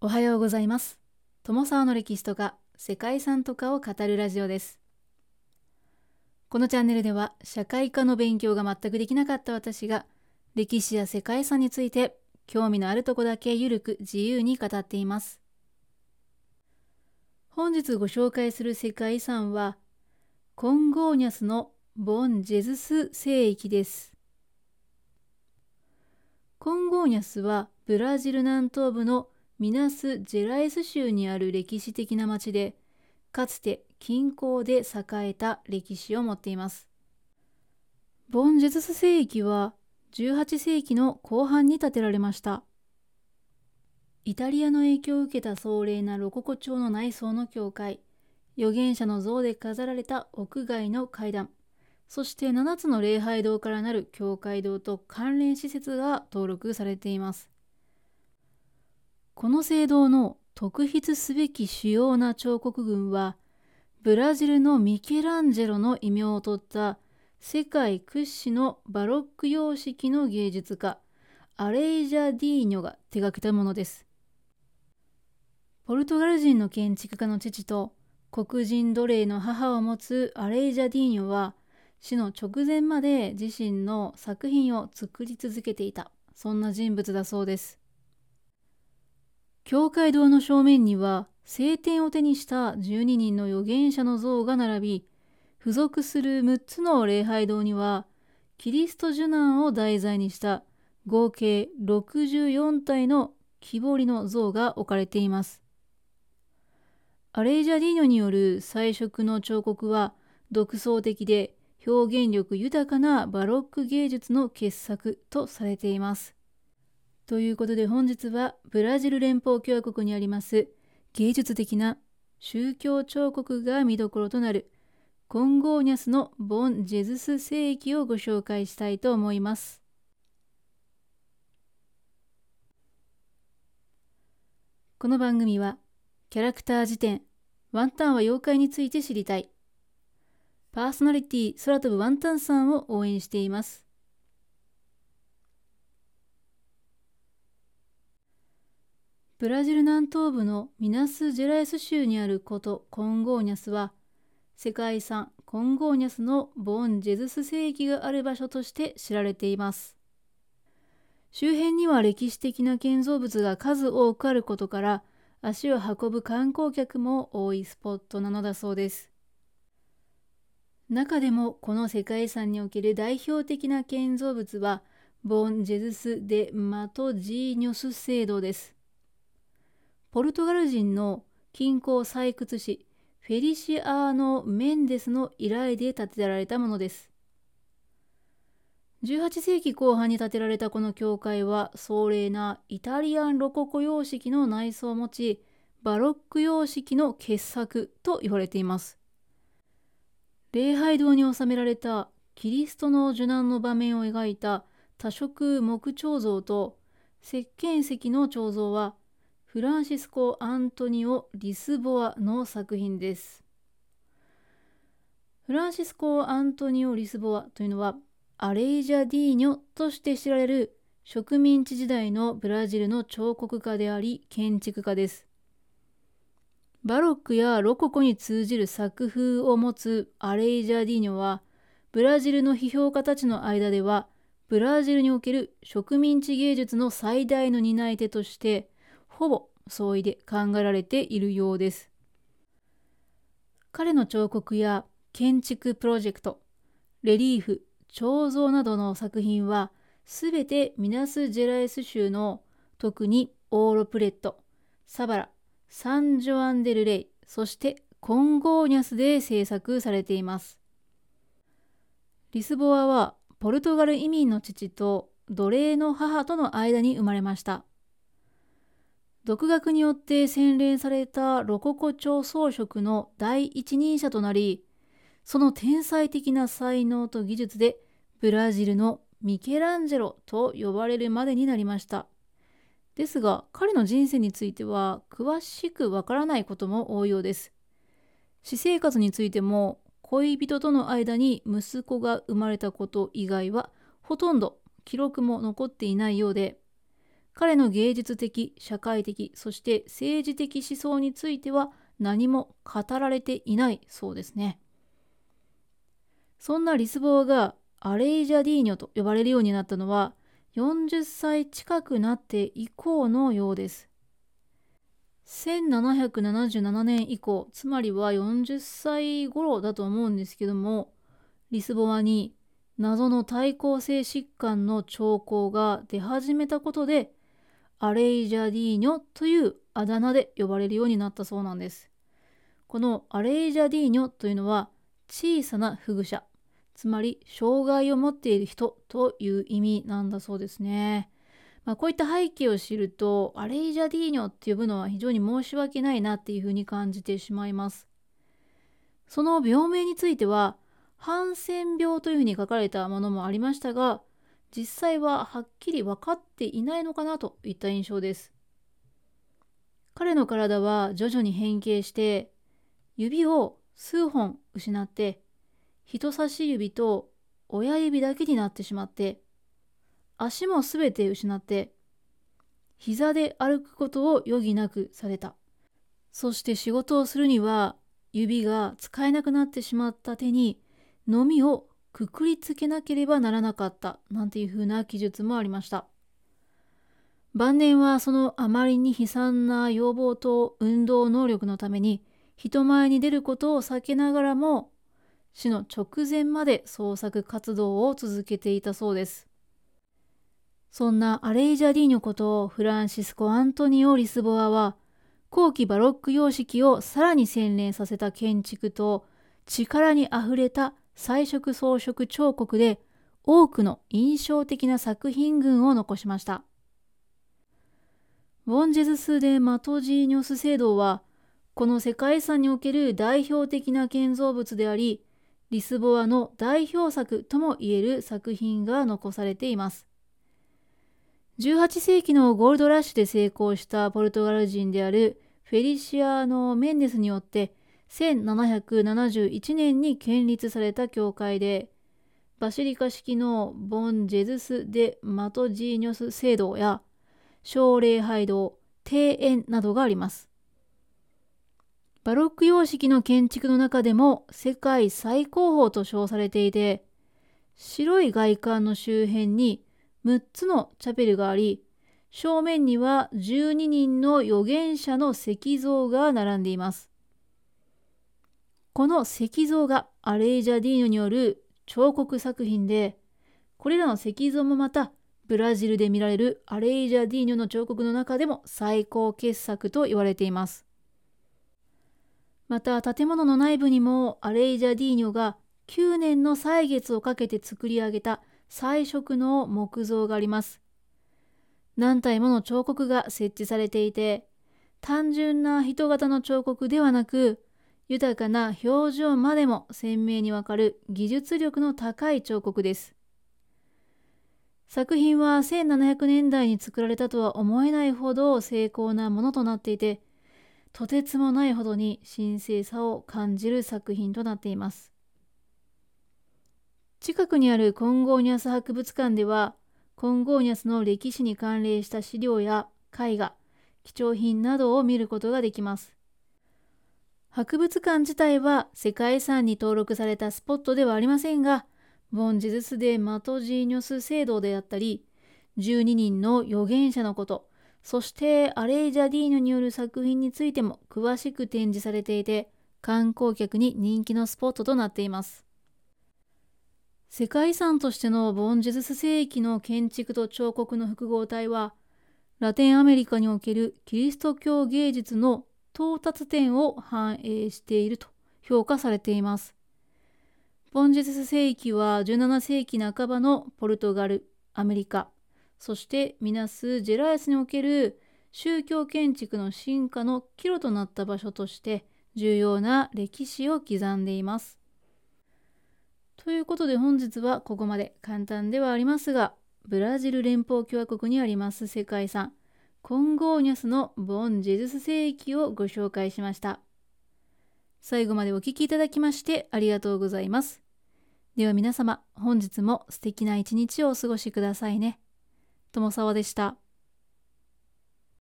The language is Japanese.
おはようございます。友沢の歴史とか世界遺産とかを語るラジオです。このチャンネルでは社会科の勉強が全くできなかった私が歴史や世界遺産について興味のあるとこだけゆるく自由に語っています。本日ご紹介する世界遺産はコンゴーニャスのボン・ジェズス聖域です。コンゴーニャスはブラジル南東部のミナス・ジェライス州にある歴史的な町で、かつて近郊で栄えた歴史を持っています。ボンジェズス聖域は18世紀の後半に建てられました。イタリアの影響を受けた壮麗なロココ調の内装の教会、預言者の像で飾られた屋外の階段、そして7つの礼拝堂からなる教会堂と関連施設が登録されています。この聖堂の特筆すべき主要な彫刻群は、ブラジルのミケランジェロの異名を取った世界屈指のバロック様式の芸術家、アレイジャ・ディーニョが手掛けたものです。ポルトガル人の建築家の父と黒人奴隷の母を持つアレイジャ・ディーニョは、死の直前まで自身の作品を作り続けていた、そんな人物だそうです。教会堂の正面には聖典を手にした12人の預言者の像が並び、付属する6つの礼拝堂にはキリスト受難を題材にした合計64体の木彫りの像が置かれています。アレイジャディーニョによる彩色の彫刻は独創的で表現力豊かなバロック芸術の傑作とされています。ということで本日はブラジル連邦共和国にあります芸術的な宗教彫刻が見どころとなるコンゴーニャスのボン・ジェズス聖域をご紹介したいと思います。この番組はキャラクター辞典ワンタンは妖怪について知りたいパーソナリティ空飛ぶワンタンさんを応援しています。ブラジル南東部のミナス・ジェライス州にある古都コンゴーニャスは世界遺産コンゴーニャスのボン・ジェズス聖域がある場所として知られています。周辺には歴史的な建造物が数多くあることから足を運ぶ観光客も多いスポットなのだそうです。中でもこの世界遺産における代表的な建造物はボン・ジェズス・デ・マトジーニョス聖堂です。ポルトガル人の金鉱採掘士フェリシアーノ・メンデスの依頼で建てられたものです。18世紀後半に建てられたこの教会は壮麗なイタリアンロココ様式の内装を持ち、バロック様式の傑作と言われています。礼拝堂に収められたキリストの受難の場面を描いた多色木彫像と石鹸石の彫像はフランシスコ・アントニオ・リスボアの作品です。フランシスコ・アントニオ・リスボアというのはアレイジャ・ディーニョとして知られる植民地時代のブラジルの彫刻家であり建築家です。バロックやロココに通じる作風を持つアレイジャ・ディーニョはブラジルの批評家たちの間ではブラジルにおける植民地芸術の最大の担い手としてほぼ相違で考えられているようです。彼の彫刻や建築プロジェクト、レリーフ、彫像などの作品はすべてミナス・ジェライス州の特にオーロプレット、サバラ、サンジョアン・デル・レイ、そしてコンゴーニャスで制作されています。リスボアはポルトガル移民の父と奴隷の母との間に生まれました。独学によって洗練されたロココ調装飾の第一人者となり、その天才的な才能と技術でブラジルのミケランジェロと呼ばれるまでになりました。ですが彼の人生については詳しくわからないことも多いようです。私生活についても恋人との間に息子が生まれたこと以外はほとんど記録も残っていないようで、 彼の芸術的、社会的、そして政治的思想については何も語られていないそうですね。そんなリスボアがアレイジャディーニョと呼ばれるようになったのは40歳近くなって以降のようです。1777年以降、つまりは40歳頃だと思うんですけども、リスボアに謎の対抗性疾患の兆候が出始めたことで、アレイジャディーニョというあだ名で呼ばれるようになったそうなんです。このアレイジャディーニョというのは小さな不具者、つまり障害を持っている人という意味なんだそうですね。こういった背景を知ると、アレイジャディーニョって呼ぶのは非常に申し訳ないなっていうふうに感じてしまいます。その病名については、ハンセン病というふうに書かれたものもありましたが、実際ははっきり分かっていないのかなといった印象です。彼の体は徐々に変形して、指を数本失って、人差し指と親指だけになってしまって、足もすべて失って、膝で歩くことを余儀なくされた。そして仕事をするには、指が使えなくなってしまった手に、のみをくくりつけなければならなかった、なんていうふうな記述もありました。晩年はそのあまりに悲惨な要望と運動能力のために、人前に出ることを避けながらも、死の直前まで創作活動を続けていたそうです。そんなアレイジャディーニョことフランシスコ・アントニオ・リスボアは、後期バロック様式をさらに洗練させた建築と力にあふれた彩色装飾彫刻で多くの印象的な作品群を残しました。ボンジェズス・デ・マトジーニョス聖堂は、この世界遺産における代表的な建造物であり、リスボアの代表作ともいえる作品が残されています。18世紀のゴールドラッシュで成功したポルトガル人であるフェリシアーノ・メンデスによって1771年に建立された教会で、バシリカ式のボンジェズス・デ・マトジーニョス聖堂や小礼拝堂、庭園などがあります。バロック様式の建築の中でも世界最高峰と称されていて、白い外観の周辺に6つのチャペルがあり、正面には12人の預言者の石像が並んでいます。この石像がアレイジャディーニョによる彫刻作品で、これらの石像もまたブラジルで見られるアレイジャディーニョの彫刻の中でも最高傑作と言われています。また建物の内部にもアレイジャディーニョが9年の歳月をかけて作り上げた彩色の木像があります。何体もの彫刻が設置されていて、単純な人型の彫刻ではなく、豊かな表情までも鮮明にわかる技術力の高い彫刻です。作品は1700年代に作られたとは思えないほど精巧なものとなっていて、とてつもないほどに神聖さを感じる作品となっています。近くにあるコンゴーニャス博物館では、コンゴーニャスの歴史に関連した資料や絵画、貴重品などを見ることができます。博物館自体は世界遺産に登録されたスポットではありませんが、ボンジェズス・デ・マトジーニョス聖堂であったり、12人の預言者のこと、そしてアレイジャディーニョによる作品についても詳しく展示されていて、観光客に人気のスポットとなっています。世界遺産としてのボンジェズス聖域の建築と彫刻の複合体は、ラテンアメリカにおけるキリスト教芸術の到達点を反映していると評価されています。ボンジェズス聖域は17世紀半ばのポルトガル、アメリカ、そしてミナス・ジェラエスにおける宗教建築の進化の岐路となった場所として重要な歴史を刻んでいます。ということで本日はここまで。簡単ではありますが、ブラジル連邦共和国にあります世界遺産、コンゴーニャスのボンジェズス聖域をご紹介しました。最後までお聞きいただきましてありがとうございます。では皆様、本日も素敵な一日をお過ごしくださいね。友沢でした。